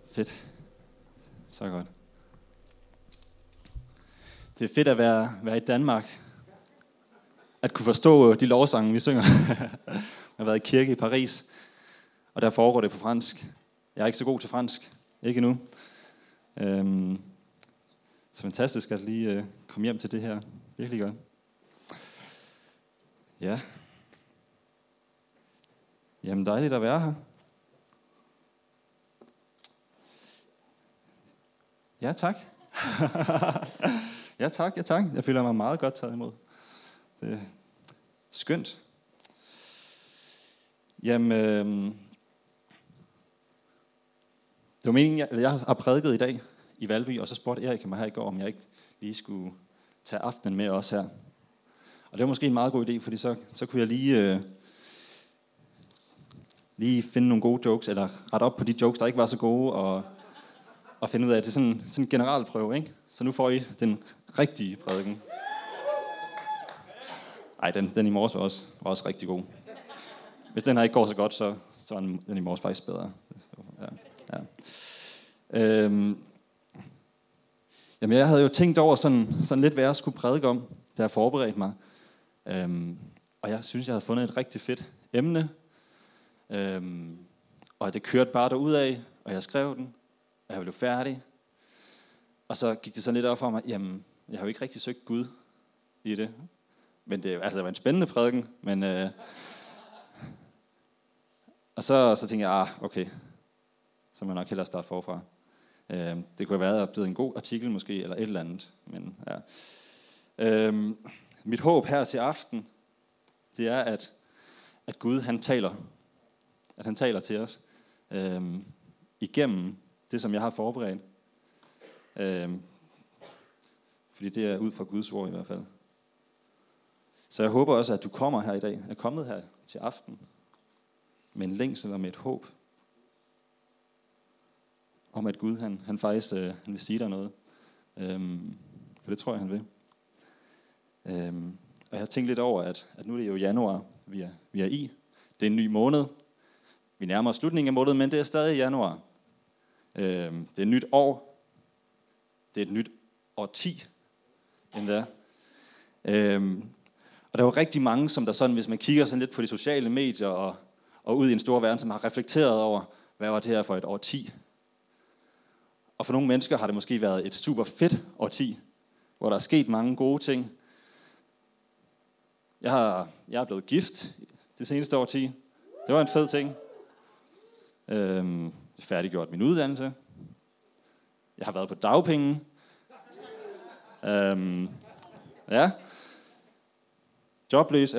Fedt. Så godt. Det er fedt at være i Danmark. At kunne forstå de lovsange, vi synger. Jeg har været i kirke i Paris, og der foregår det på fransk. Jeg er ikke så god til fransk. Ikke endnu. Så fantastisk at lige komme hjem til det her. Virkelig godt. Ja. Jamen dejligt at være her. Ja, tak. Ja, tak. Jeg føler mig meget godt taget imod. Det er skønt. Jamen, det var meningen, jeg har prædiket i dag i Valby, og så spurgte Erik mig her i går, om jeg ikke lige skulle tage aftenen med os her. Og det var måske en meget god idé, fordi så kunne jeg lige finde nogle gode jokes, eller rette op på de jokes, der ikke var så gode, og finde ud af, at det er sådan en generalprøve, ikke? Så nu får I den rigtige prædiken. Ej, den i morges var også rigtig god. Hvis den her ikke går så godt, så er den i morges faktisk bedre. Ja. Jamen, jeg havde jo tænkt over sådan lidt, hvad jeg skulle prædike om, da jeg forberedte mig. Og jeg synes, jeg havde fundet et rigtig fedt emne. Og det kørte bare derudad, og jeg skrev den, og jeg blev færdig. Og så gik det sådan lidt op for mig, jamen, jeg har jo ikke rigtig søgt Gud i det. Men det var en spændende prædiken, men... Og så tænkte jeg, okay, så må jeg nok hellere starte forfra. Det kunne have været blevet en god artikel måske, eller et eller andet. Men, ja. Mit håb her til aften, det er, at Gud han taler. At han taler til os igennem det, som jeg har forberedt. Fordi det er ud fra Guds ord i hvert fald. Så jeg håber også, at du kommer her i dag, er kommet her til aften, med en længsel og med et håb, om at Gud, han faktisk han vil sige dig noget. For det tror jeg, han vil. Og jeg har tænkt lidt over, at nu er det jo januar, vi er i. Det er en ny måned. Vi nærmer os slutningen af måneden, men det er stadig januar. Det er et nyt år. Det er et nyt årti endda. Og der er jo rigtig mange, som der sådan, hvis man kigger sådan lidt på de sociale medier og ud i en stor verden, som har reflekteret over, hvad var det her for et årti? Og for nogle mennesker har det måske været et super fedt årti, hvor der er sket mange gode ting. Jeg er blevet gift det seneste årti. Det var en fed ting. Jeg har færdiggjort min uddannelse. Jeg har været på dagpenge. Ja. Jobløs.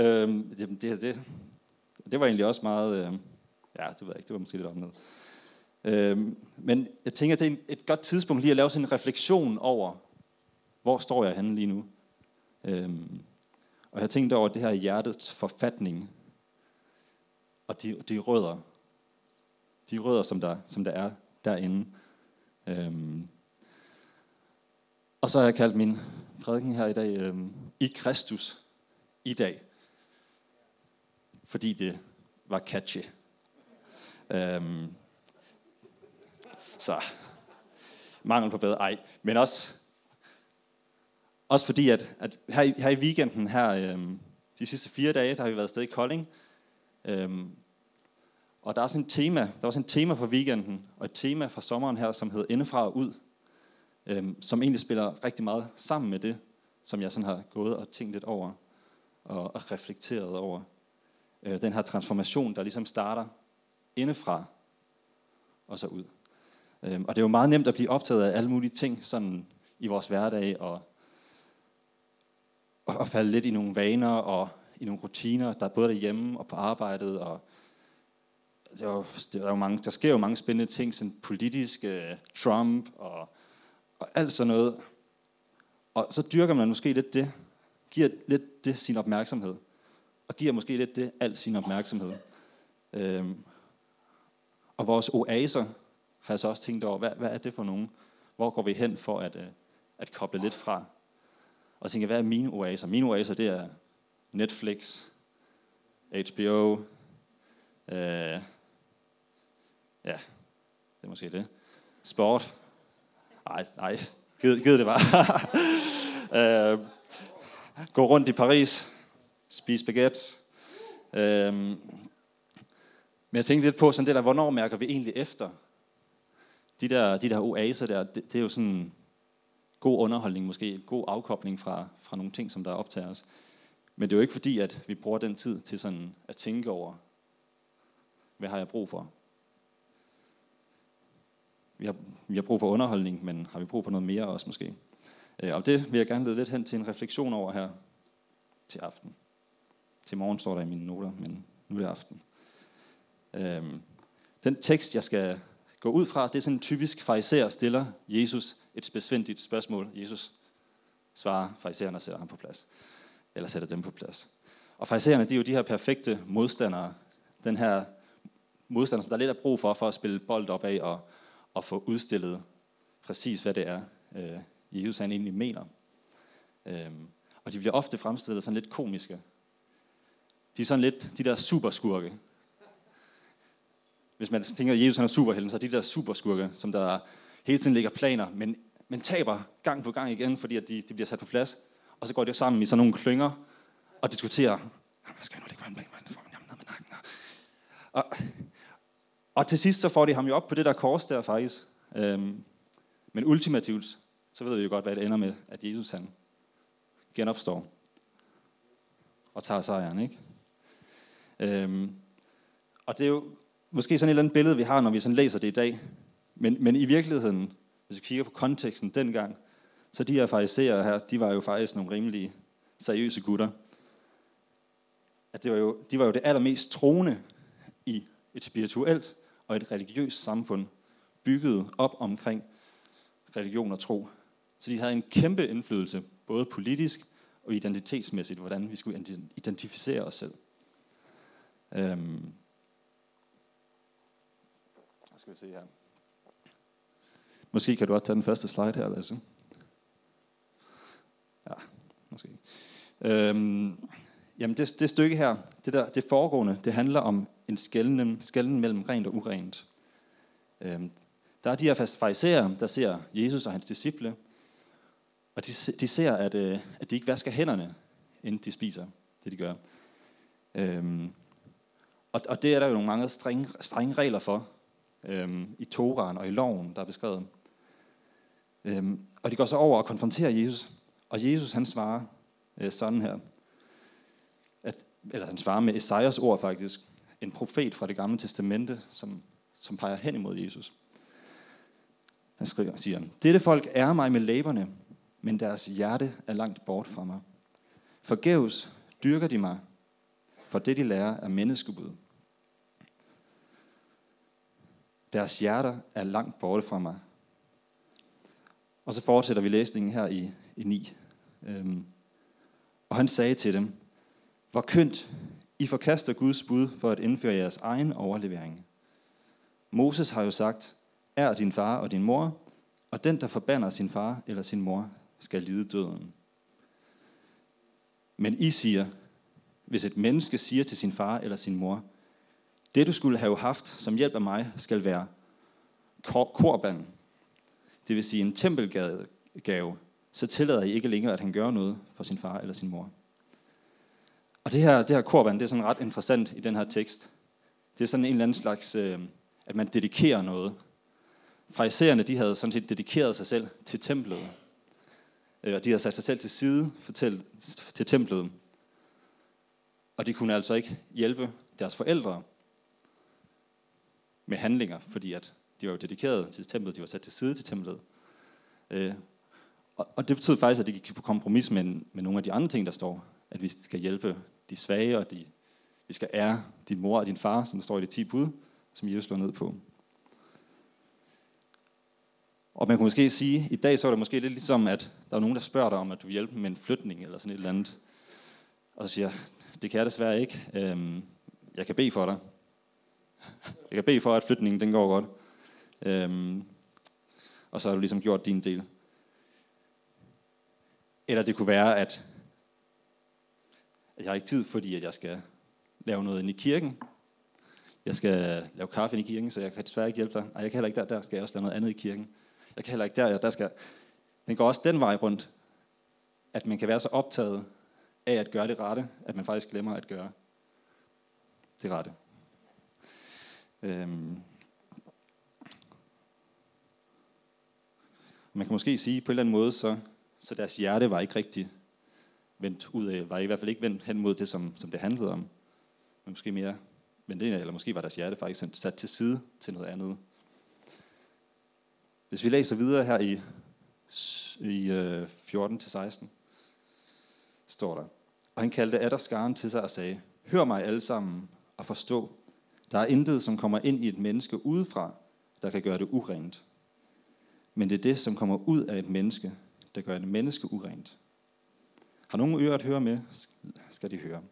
Det var egentlig også meget... det ved jeg ikke, det var måske lidt om noget. Men jeg tænker, at det er et godt tidspunkt lige at lave sådan en refleksion over, hvor står jeg henne lige nu. Og jeg tænkte over det her hjertets forfatning, og de rødder. De rødder, som der er derinde. Og så har jeg kaldt min prædiken her i dag, i Kristus i dag. Fordi det var catchy. Så mangel på bedre men også fordi at her i weekenden her de sidste 4 dage, der har vi været afsted i Kolding. Og der var sådan et tema for weekenden, og et tema for sommeren her, som hed Indefra og ud, som egentlig spiller rigtig meget sammen med det, som jeg sådan har gået og tænkt lidt over og reflekteret over. Den her transformation, der ligesom starter indefra og så ud. Og det er jo meget nemt at blive optaget af alle mulige ting sådan i vores hverdag og falde lidt i nogle vaner og i nogle rutiner, der er både derhjemme og på arbejdet. Og der sker jo mange spændende ting, sådan politisk, Trump og alt sådan noget. Og så dyrker man måske lidt det, giver lidt det sin opmærksomhed, og giver måske lidt det al sin opmærksomhed. Og vores oaser har jeg så også tænkt over, hvad er det for nogen? Hvor går vi hen for at koble lidt fra? Og tænke, hvad er mine oaser? Mine oaser, det er Netflix, HBO, ja, det er måske det. Sport. Nej. Gid det var. Gå rundt i Paris. Spise baguette. Men jeg tænkte lidt på sådan det der, hvornår mærker vi egentlig efter? De der oaser der, det er jo sådan god underholdning måske, god afkobling fra nogle ting, som der optager os. Men det er jo ikke fordi, at vi bruger den tid til sådan at tænke over, hvad har jeg brug for? Vi har brug for underholdning, men har vi brug for noget mere også måske? Og det vil jeg gerne lede lidt hen til en refleksion over her til aften. Til morgen står der i mine noter, men nu er det aften. Den tekst, jeg skal gå ud fra, det er sådan en typisk fariserer stiller Jesus et besvindeligt spørgsmål. Jesus svarer farisæerne og sætter ham på plads. Eller sætter dem på plads. Og farisæerne, de er jo de her perfekte modstandere. Den her modstander, som der er lidt af brug for at spille bold op af og få udstillet præcis, hvad det er, Jesus han egentlig mener. Og de bliver ofte fremstillet sådan lidt komiske. De er sådan lidt de der superskurke. Hvis man tænker, at Jesus han er superhelten, så er de der superskurke, som der hele tiden lægger planer, men taber gang på gang igen, fordi at de bliver sat på plads. Og så går de sammen i sådan nogle klynger og diskuterer, hvad skal jeg nu lægge på en plan, hvordan får man ham ned med nakken? Og til sidst så får de ham jo op på det der kors der faktisk. Men ultimativt, så ved vi jo godt, hvad det ender med, at Jesus han genopstår og tager sejren, ikke? Og det er jo måske sådan et eller andet billede, vi har, når vi sådan læser det i dag. Men i virkeligheden, hvis vi kigger på konteksten dengang, så de her farisæere her, de var jo faktisk nogle rimelig seriøse gutter. At de var jo det allermest troende i et spirituelt og et religiøst samfund, bygget op omkring religion og tro. Så de havde en kæmpe indflydelse, både politisk og identitetsmæssigt, hvordan vi skulle identificere os selv. Skal vi se her. Måske kan du også tage den første slide her, Lasse. Ja, måske. Jamen det stykke her, det foregående, det handler om en skelnen mellem rent og urent. Der er de her farisæere, der ser Jesus og hans disciple, og de ser, at de ikke vasker hænderne, inden de spiser det, de gør. Og det er der jo nogle mange strenge regler for, i Toraen og i loven, der er beskrevet. Og de går så over og konfronterer Jesus, og Jesus han svarer sådan her, eller han svarer med Esajas ord faktisk, en profet fra det gamle testamente, som peger hen imod Jesus. Han siger, dette folk er mig med læberne, men deres hjerte er langt bort fra mig. Forgæves dyrker de mig, for det de lærer er menneskebud. Deres hjerter er langt borte fra mig. Og så fortsætter vi læsningen her i 9. Og han sagde til dem, hvor kønt, I forkaster Guds bud for at indføre jeres egen overlevering. Moses har jo sagt, er din far og din mor, og den, der forbander sin far eller sin mor, skal lide døden. Men I siger, hvis et menneske siger til sin far eller sin mor, det du skulle have haft som hjælp af mig, skal være korban, det vil sige en tempelgave, så tillader I ikke længere, at han gør noget for sin far eller sin mor. Og det her korban, det er sådan ret interessant i den her tekst. Det er sådan en eller anden slags, at man dedikerer noget. Farisæerne, de havde sådan set dedikeret sig selv til templet. Og de havde sat sig selv til side til templet. Og de kunne altså ikke hjælpe deres forældre med handlinger, fordi at de var jo dedikeret til templet, de var sat til side til templet. Og det betød faktisk, at de gik på kompromis med nogle af de andre ting, der står. At vi skal hjælpe de svage, og vi skal ære din mor og din far, som der står i de 10 bud, som Jesus slår ned på. Og man kunne måske sige, i dag så er det måske lidt ligesom, at der er nogen, der spørger dig om, at du vil hjælpe med en flytning, eller sådan et eller andet. Og så siger det kan jeg desværre ikke. Jeg kan bede for dig. Jeg kan bede for, at flytningen den går godt. Og så har du ligesom gjort din del. Eller det kunne være, at jeg har ikke tid, fordi at jeg skal lave noget inde i kirken. Jeg skal lave kaffe i kirken, så jeg kan desværre ikke hjælpe dig. Nej, jeg kan heller ikke der skal jeg også lave noget andet i kirken. Jeg kan heller ikke der skal... Den går også den vej rundt, at man kan være så optaget af at gøre det rette, at man faktisk glemmer at gøre det rette. Man kan måske sige på en eller anden måde, så deres hjerte var ikke rigtig vendt ud af, var i hvert fald ikke vendt hen mod det, som det handlede om. Men måske mere vendt ind af, eller måske var deres hjerte faktisk sat til side til noget andet. Hvis vi læser videre her i 14-16, står der: Og han kaldte atter skaren til sig og sagde: Hør mig alle sammen og forstå. Der er intet, som kommer ind i et menneske udefra, der kan gøre det urent. Men det er det, som kommer ud af et menneske, der gør et menneske urent. Har nogen ører at høre med, skal de høre.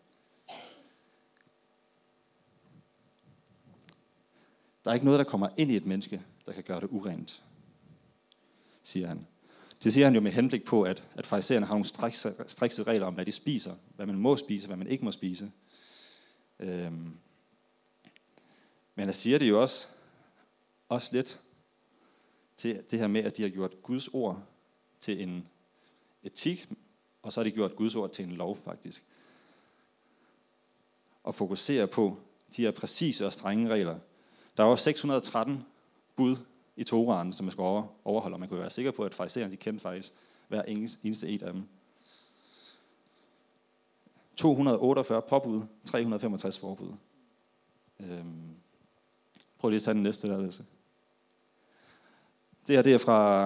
Der er ikke noget, der kommer ind i et menneske, der kan gøre det urent, siger han. Det siger han jo med henblik på, at farisæerne har nogle strikse regler om, hvad de spiser, hvad man må spise, hvad man ikke må spise. Men han siger det jo også lidt til det her med, at de har gjort Guds ord til en etik, og så har de gjort Guds ord til en lov faktisk. Og fokuserer på de her præcise og strenge regler. Der er også 613 bud i Toraen, som man skal overholde, og man kunne være sikker på, at farisæerne, de kendte faktisk hver eneste et af dem. 248 påbud, 365 forbud. Prøv lige at tage den næste der, Lasse. Det her, det er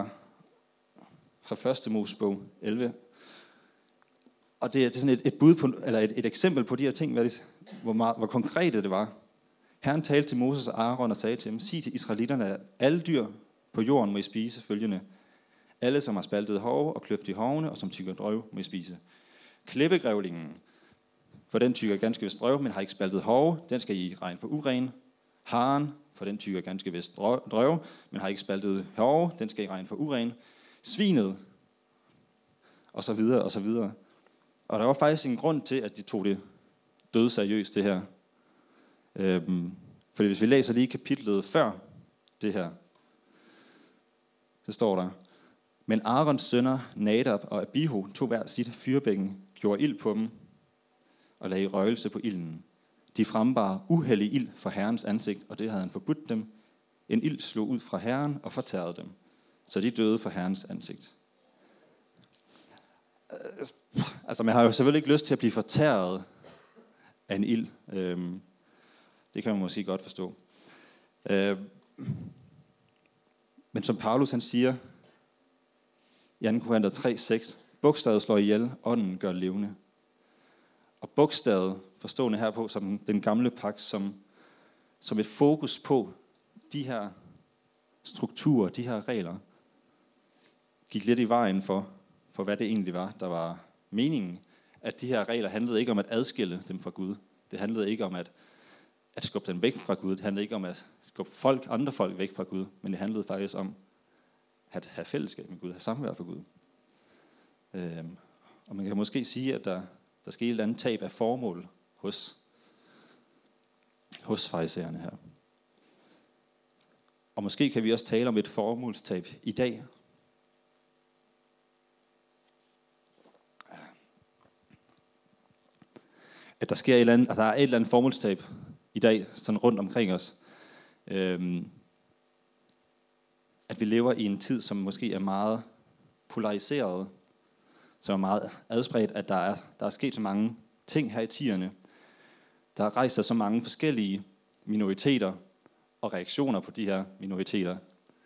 fra 1. Mosebog 11. Og det er sådan et bud på, eller et eksempel på de her ting, hvor konkrete det var. Herren talte til Moses og Aaron og sagde til dem: Sig til israelitterne, at alle dyr på jorden må I spise følgende. Alle, som har spaltet hove og kløft i hovene, og som tykker drøv, må I spise. Klippegrævlingen, for den tykker ganske vist drøv, men har ikke spaltet hove, den skal I regne for uren. Haren, for den tykker ganske vist drøv, men har ikke spaltet hove, den skal I regne for uren. Svinet, og så videre, og så videre. Og der var faktisk en grund til, at de tog det død seriøst, det her. Fordi hvis vi læser lige kapitlet før det her, så står der: Men Aarons sønner Nadab og Abihu tog hver sit fyrbækken, gjorde ild på dem og lagde røgelse på ilden. De frembar uhellig ild for Herrens ansigt, og det havde han forbudt dem. En ild slog ud fra Herren og fortærede dem, så de døde for Herrens ansigt. Altså man har jo selvfølgelig ikke lyst til at blive fortæret af en ild. Det kan man måske godt forstå. Men som Paulus han siger i 2. Korinther 3:6, bogstavet slår ihjel, ånden gør levende. Og bogstavet, forstående herpå som den gamle pagt, som et fokus på de her strukturer, de her regler, gik lidt i vejen for hvad det egentlig var, der var meningen. At de her regler handlede ikke om at adskille dem fra Gud. Det handlede ikke om at skubbe dem væk fra Gud. Det handlede ikke om at skubbe andre folk væk fra Gud. Men det handlede faktisk om at have fællesskab med Gud, have samvær for Gud. Og man kan måske sige, at der skete et eller andet tab af formål hos farisæerne her. Og måske kan vi også tale om et formålstab i dag. At der sker der er et eller andet formålstab i dag, sådan rundt omkring os. At vi lever i en tid, som måske er meget polariseret, som er meget adspredt, at der er sket så mange ting her i tiderne. Der er rejst sig så mange forskellige minoriteter og reaktioner på de her minoriteter,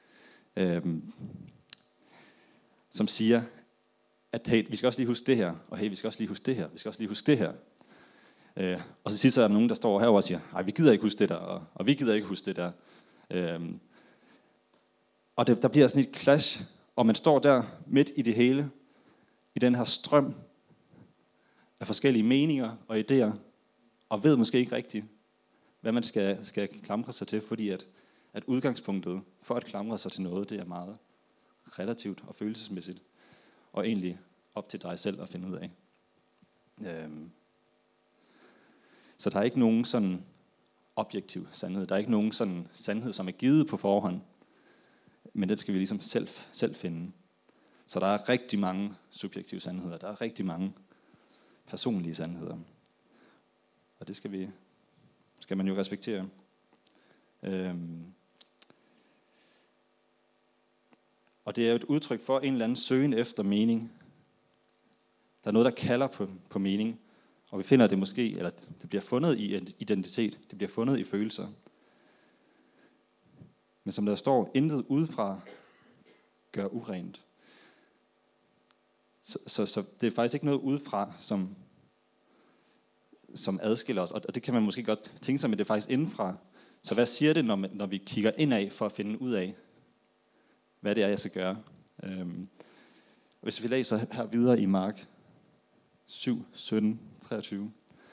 som siger, at hey, vi skal også lige huske det her, og hey, vi skal også lige huske det her, vi skal også lige huske det her. Og så sidst så er der nogen, der står herovre og siger, nej, vi gider ikke huske det der, og vi gider ikke huske det der. Og der bliver sådan et clash, og man står der midt i det hele, i den her strøm af forskellige meninger og idéer, og ved måske ikke rigtigt, hvad man skal klamre sig til, fordi at udgangspunktet for at klamre sig til noget, det er meget relativt og følelsesmæssigt, og egentlig op til dig selv at finde ud af. Så der er ikke nogen sådan objektiv sandhed. Der er ikke nogen sådan sandhed, som er givet på forhånd. Men det skal vi ligesom selv finde. Så der er rigtig mange subjektive sandheder. Der er rigtig mange personlige sandheder. Og det skal man jo respektere. Og det er jo et udtryk for en eller anden søgen efter mening. Der er noget, der kalder på mening. Og vi finder det måske, eller det bliver fundet i identitet. Det bliver fundet i følelser. Men som der står, intet udefra gør urent. Så det er faktisk ikke noget udefra, som adskiller os. Og det kan man måske godt tænke sig, men det er faktisk indenfra. Så hvad siger det, når vi kigger indad for at finde ud af, hvad det er, jeg skal gøre? Hvis vi læser her videre i Mark 7, 17, 23.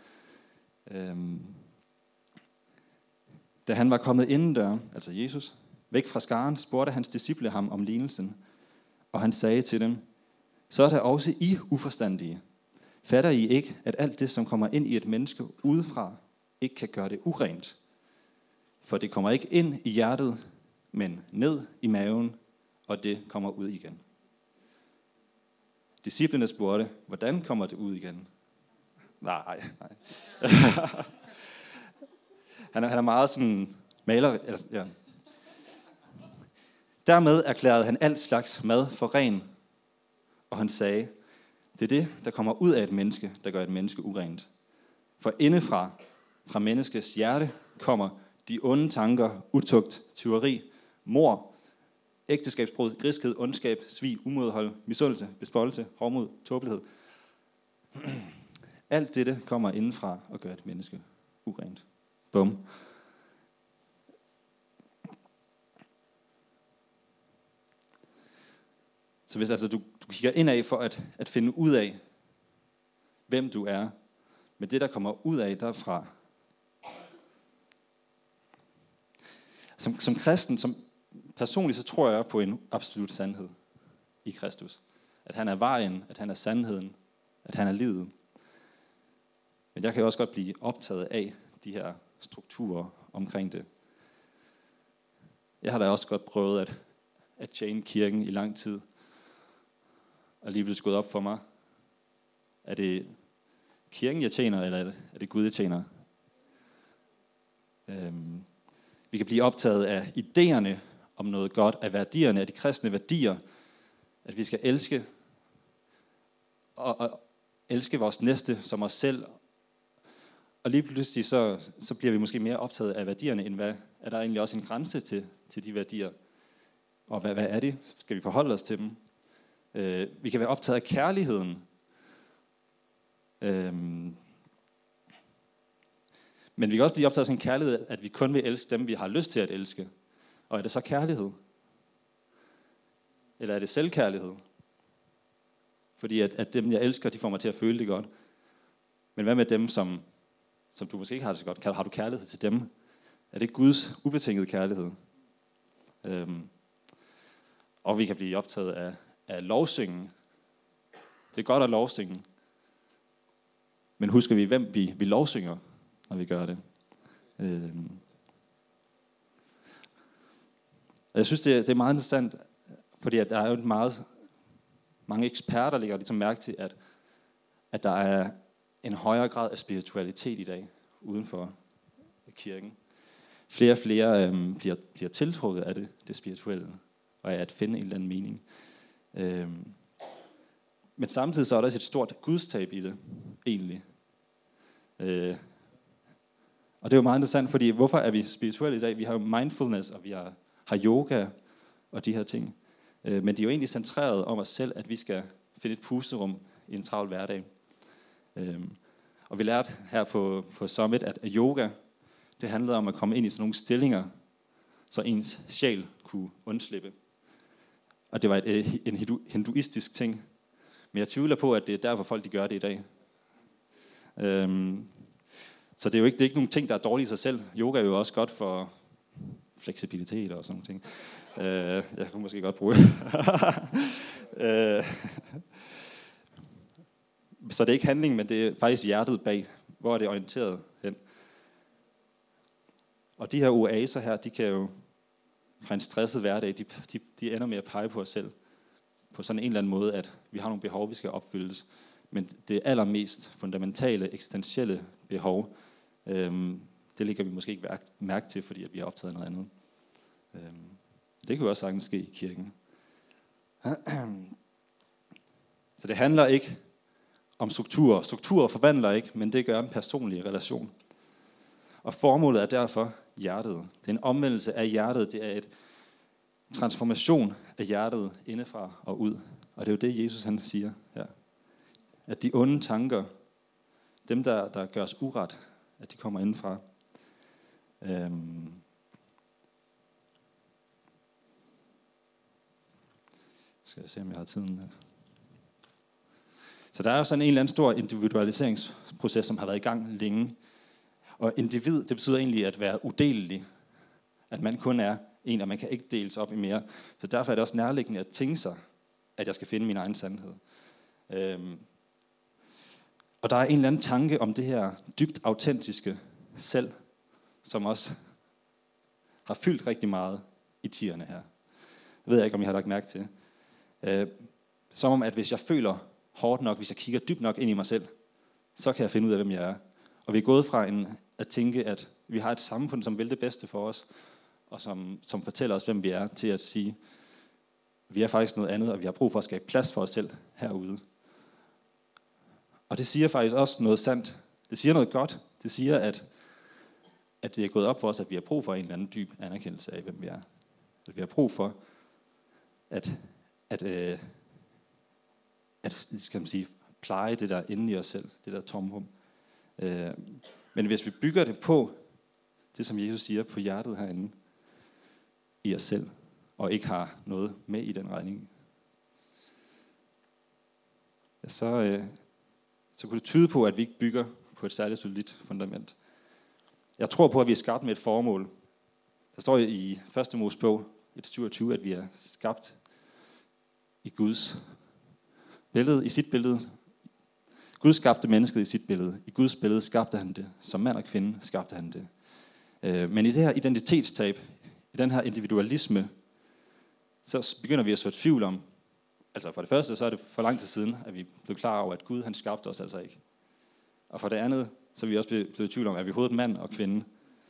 Da han var kommet indendør, altså Jesus, væk fra skaren, spurgte hans disciple ham om lignelsen. Og han sagde til dem, så er der også I uforstandige. Fatter I ikke, at alt det, som kommer ind i et menneske udefra, ikke kan gøre det urent? For det kommer ikke ind i hjertet, men ned i maven, og det kommer ud igen. Disciplene spurgte, hvordan kommer det ud igen? Nej. han er meget sådan maler. Ja. Dermed erklærede han alt slags mad for ren, og han sagde, det er det, der kommer ud af et menneske, der gør et menneske urent. For indefra, fra menneskets hjerte, kommer de onde tanker, utugt, tyveri, mord, ægteskabsbrud, griskhed, ondskab, svig, umådehold, misundelse, bespottelse, hovmod, tåbelighed. Alt dette kommer indenfra og gør et menneske urent. Bum. Så hvis altså du kigger indad for at finde ud af, hvem du er, med det, der kommer ud af derfra. Som kristen, personligt, så tror jeg på en absolut sandhed i Kristus. At han er vejen, at han er sandheden, at han er livet. Men jeg kan jo også godt blive optaget af de her strukturer omkring det. Jeg har da også godt prøvet at tjene kirken i lang tid. Og lige blevet gået op for mig. Er det kirken, jeg tjener, eller er det Gud, jeg tjener? Vi kan blive optaget af idéerne om noget godt, af værdierne, af de kristne værdier, at vi skal elske og elske vores næste som os selv. Og lige pludselig så bliver vi måske mere optaget af værdierne, end hvad er der egentlig også en grænse til de værdier. Og hvad er det? Skal vi forholde os til dem? Vi kan være optaget af kærligheden. Men vi kan også blive optaget af sådan en kærlighed, at vi kun vil elske dem, vi har lyst til at elske. Og er det så kærlighed? Eller er det selvkærlighed? Fordi at dem, jeg elsker, de får mig til at føle det godt. Men hvad med dem, som du måske ikke har det så godt? Har du kærlighed til dem? Er det Guds ubetingede kærlighed? Og vi kan blive optaget af lovsyngen. Det er godt at lovsynge. Men husker vi, hvem vi lovsynger, når vi gør det? Og jeg synes, det er meget interessant, fordi at der er jo mange eksperter, der lægger ligesom mærke til, at der er en højere grad af spiritualitet i dag uden for kirken. Flere og flere bliver tiltrukket af det spirituelle, og af at finde en eller anden mening. Men samtidig så er der også et stort gudstab i det, egentlig. Og det er jo meget interessant, fordi hvorfor er vi spirituelle i dag? Vi har jo mindfulness, og vi har yoga og de her ting. Men de er jo egentlig centreret om os selv, at vi skal finde et pusterum i en travl hverdag. Og vi lærte her på Summit, at yoga, det handlede om at komme ind i sådan nogle stillinger, så ens sjæl kunne undslippe. Og det var en hinduistisk ting. Men jeg tvivler på, at det er derfor folk de gør det i dag. Så det er jo ikke nogen ting, der er dårlige i sig selv. Yoga er jo også godt for fleksibilitet og sådan nogle ting. Jeg kunne måske godt bruge det. Så det er ikke handling, men det er faktisk hjertet bag. Hvor er det orienteret hen? Og de her oaser her, de kan jo fra en stresset hverdag, de ender med at pege på os selv på sådan en eller anden måde, at vi har nogle behov, vi skal opfyldes. Men det allermest fundamentale, eksistentielle behov, det lægger vi måske ikke mærke til, fordi at vi har optaget noget andet. Det kan jo også sagtens ske i kirken. Så det handler ikke om strukturer. Strukturer forvandler ikke, men det gør en personlig relation. Og formålet er derfor hjertet. Det er en omvendelse af hjertet. Det er et transformation af hjertet indefra og ud. Og det er jo det, Jesus han siger her. At de onde tanker, dem der gør os uret, at de kommer indefra. Skal jeg se, om jeg har tiden her. Så der er jo sådan en eller anden stor individualiseringsproces, som har været i gang længe. Og individ, det betyder egentlig at være udelelig. At man kun er en, og man kan ikke deles op i mere. Så derfor er det også nærliggende at tænke sig, at jeg skal finde min egen sandhed. Og der er en eller anden tanke om det her dybt autentiske selv, som også har fyldt rigtig meget i tierne her. Jeg ved ikke, om I har lagt mærke til. Som om, at hvis jeg føler hårdt nok, hvis jeg kigger dybt nok ind i mig selv, så kan jeg finde ud af, hvem jeg er. Og vi er gået fra at tænke, at vi har et samfund, som vil det bedste for os, og som fortæller os, hvem vi er, til at sige, vi er faktisk noget andet, og vi har brug for at skabe plads for os selv herude. Og det siger faktisk også noget sandt. Det siger noget godt. Det siger, at det er gået op for os, at vi har brug for en eller anden dyb anerkendelse af, hvem vi er. At vi har brug for at skal man sige, pleje det der inde i os selv, det der tomrum. Men hvis vi bygger det på det, som Jesus siger, på hjertet herinde, i os selv, og ikke har noget med i den regning, så kunne det tyde på, at vi ikke bygger på et særligt solidt fundament. Jeg tror på, at vi er skabt med et formål. Der står i 1. Mosebog 1:27, at vi er skabt i Guds billede, i sit billede. Gud skabte mennesket i sit billede. I Guds billede skabte han det. Som mand og kvinde skabte han det. Men i det her identitetstab, i den her individualisme, så begynder vi at så tvivl om, altså for det første, så er det for lang tid siden, at vi blev klar over, at Gud han skabte os altså ikke. Og for det andet, så er vi også blevet i tvivl om, at vi er hovedet mand og kvinde.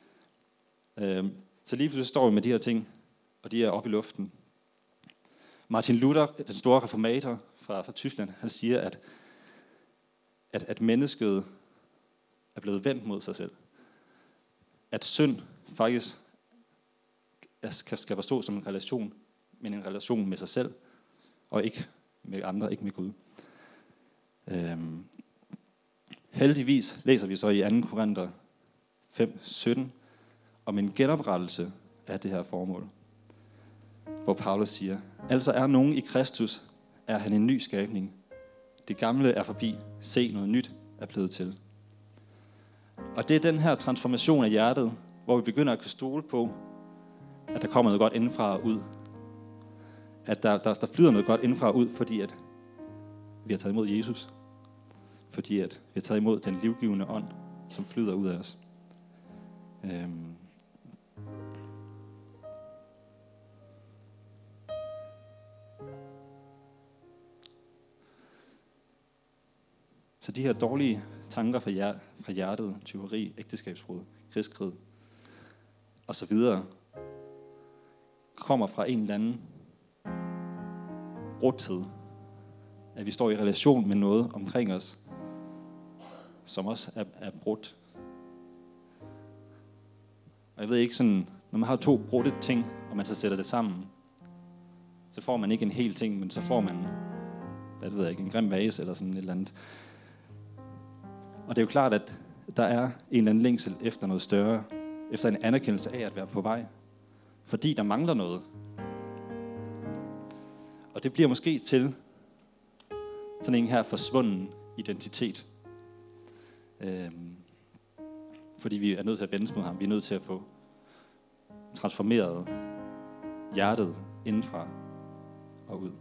Så lige pludselig står vi med de her ting, og de er oppe i luften. Martin Luther, den store reformator fra Tyskland, han siger, at mennesket er blevet vendt mod sig selv. At synd faktisk skal forstås som en relation, men en relation med sig selv, og ikke med andre, ikke med Gud. Heldigvis læser vi så i 2. Korinther 5:17 om en genoprettelse af det her formål, hvor Paulus siger, altså er nogen i Kristus, er han en ny skabning. Det gamle er forbi, se noget nyt er blevet til. Og det er den her transformation af hjertet, hvor vi begynder at kunne stole på, at der kommer noget godt indenfra og ud. At der flyder noget godt indenfra og ud, fordi at vi har taget imod Jesus. Fordi at vi har taget imod den livgivende ånd, som flyder ud af os. Så de her dårlige tanker fra hjertet, tyveri, ægteskabsbrud, krigskrig og så videre, kommer fra en eller anden brudthed. At vi står i relation med noget omkring os, som også er brudt. Og jeg ved ikke sådan, når man har 2 brudte ting, og man så sætter det sammen, så får man ikke en hel ting, men så får man, det ved jeg ikke, en grim vase eller sådan et eller andet. Og det er jo klart, at der er en eller anden længsel efter noget større, efter en anerkendelse af at være på vej, fordi der mangler noget. Og det bliver måske til sådan en her forsvunden identitet. Fordi vi er nødt til at vende mod ham. Vi er nødt til at få transformeret hjertet indenfra og ud.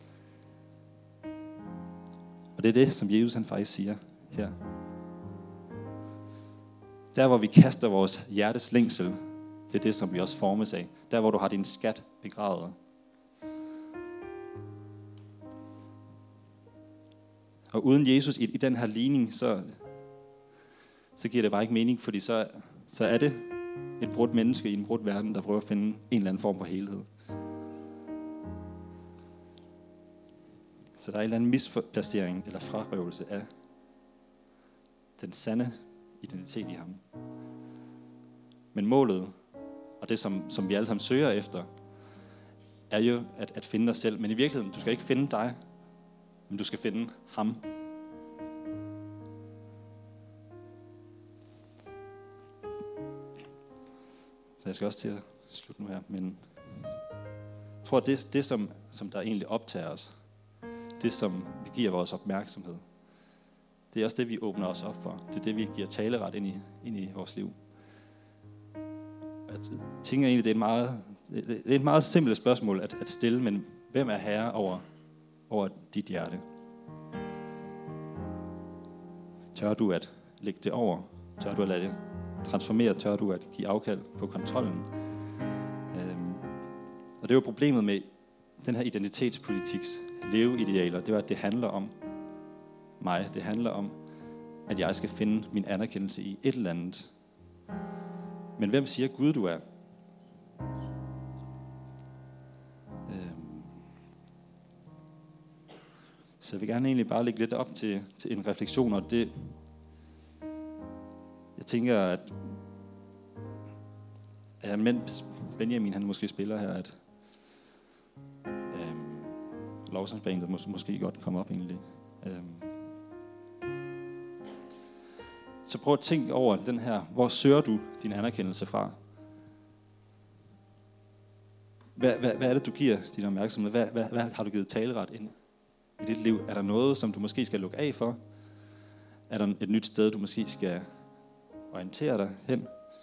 Og det er det, som Jesus han faktisk siger her. Der hvor vi kaster vores hjertes længsel Det er det, som vi også formes af. Der, hvor du har din skat begravet. Og uden Jesus i den her ligning, så giver det bare ikke mening, fordi så er det et brudt menneske i en brudt verden, der prøver at finde en eller anden form for helhed. Så der er en eller anden misplacering eller frarøvelse af den sande identitet i ham. Men målet, og det som vi alle sammen søger efter, er jo at finde dig selv. Men i virkeligheden, du skal ikke finde dig, men du skal finde ham. Så jeg skal også til at slutte nu her, men jeg tror, at det som der egentlig optager os, det som vi giver vores opmærksomhed, det er også det, vi åbner os op for. Det er det, vi giver taleret ind i vores liv. Jeg tænker egentlig, det er et meget simpelt spørgsmål at stille, men hvem er herre over dit hjerte? Tør du at lægge det over? Tør du at lade det transformere? Tør du at give afkald på kontrollen? Og det er jo problemet med den her identitetspolitiks leveidealer. Det er, at det handler om mig. Det handler om, at jeg skal finde min anerkendelse i et eller andet. Men hvem siger Gud, du er? Så jeg vil gerne egentlig bare lægge lidt op til en refleksion, og det, jeg tænker, at mens Benjamin han måske spiller her, at lovsangsbandet måske godt komme op egentlig. Så prøv at tænke over den her, hvor søger du din anerkendelse fra? Hvad er det, du giver din opmærksomhed? Hvad har du givet taleret ind i dit liv? Er der noget, som du måske skal lukke af for? Er der et nyt sted, du måske skal orientere dig hen?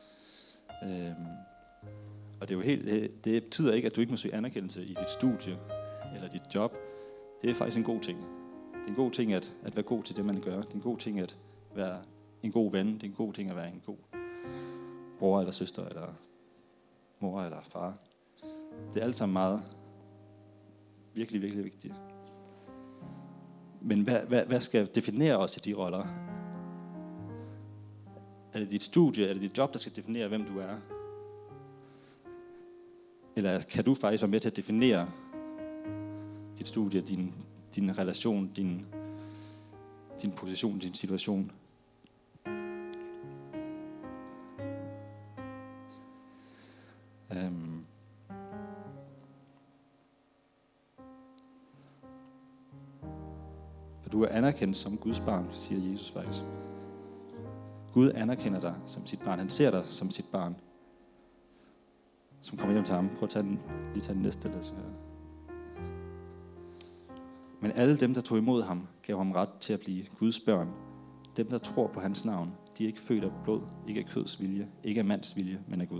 Og det er jo det betyder ikke, at du ikke må søge anerkendelse i dit studie eller dit job. Det er faktisk en god ting. Det er en god ting at være god til det, man gør. Det er en god ting at være en god ven. Det er en god ting at være en god bror eller søster eller mor eller far. Det er alt sammen meget virkelig, virkelig vigtigt. Men hvad skal definere os i de roller? Er det dit studie, er det dit job, der skal definere, hvem du er? Eller kan du faktisk være med til at definere dit studie, din relation, din position, din situation? For du er anerkendt som Guds barn, siger Jesus faktisk. Gud anerkender dig som sit barn. Han ser dig som sit barn, som kommer hjem til ham. Prøv at lige tage den næste. Men alle dem, der tog imod ham, gav ham ret til at blive Guds børn. Dem, der tror på hans navn, de er ikke født af blod, ikke af køds vilje, ikke af mands vilje, men af Gud.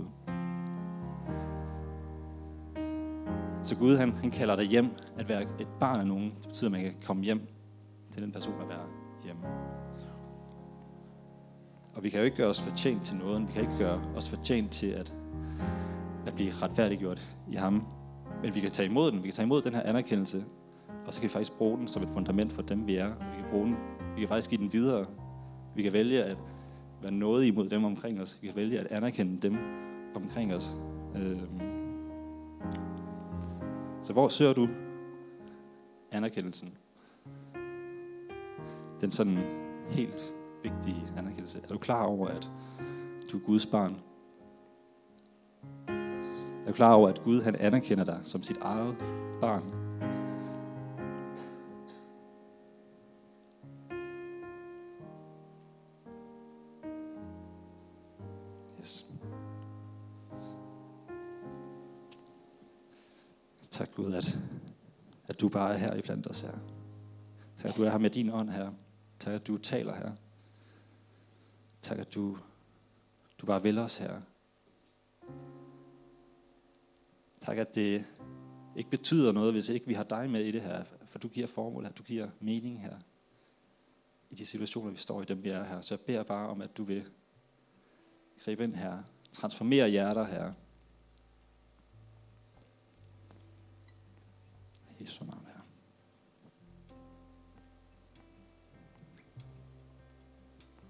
Så Gud, han kalder dig hjem. At være et barn af nogen, det betyder, at man kan komme hjem til den person, at være hjemme. Og vi kan jo ikke gøre os fortjent til noget. Vi kan ikke gøre os fortjent til at blive retfærdiggjort i ham. Men vi kan tage imod den. Vi kan tage imod den her anerkendelse. Og så kan vi faktisk bruge den som et fundament for dem, vi er. Vi kan faktisk give den videre. Vi kan vælge at være noget imod dem omkring os. Vi kan vælge at anerkende dem omkring os. Så hvor søger du anerkendelsen? Den sådan helt vigtige anerkendelse. Er du klar over, at du er Guds barn? Er du klar over, at Gud han anerkender dig som sit eget barn? Yes. Tak Gud, at du bare er her iblandt os her. Tak, at du er her med din ånd her. Tak, at du taler her. Tak, at du bare vil os her. Tak, at det ikke betyder noget, hvis ikke vi har dig med i det her. For du giver formål her, du giver mening her. I de situationer, vi står i, dem vi er her. Så jeg beder bare om, at du vil gribe ind her. Transformer hjerter, Herre. I Jesu navn.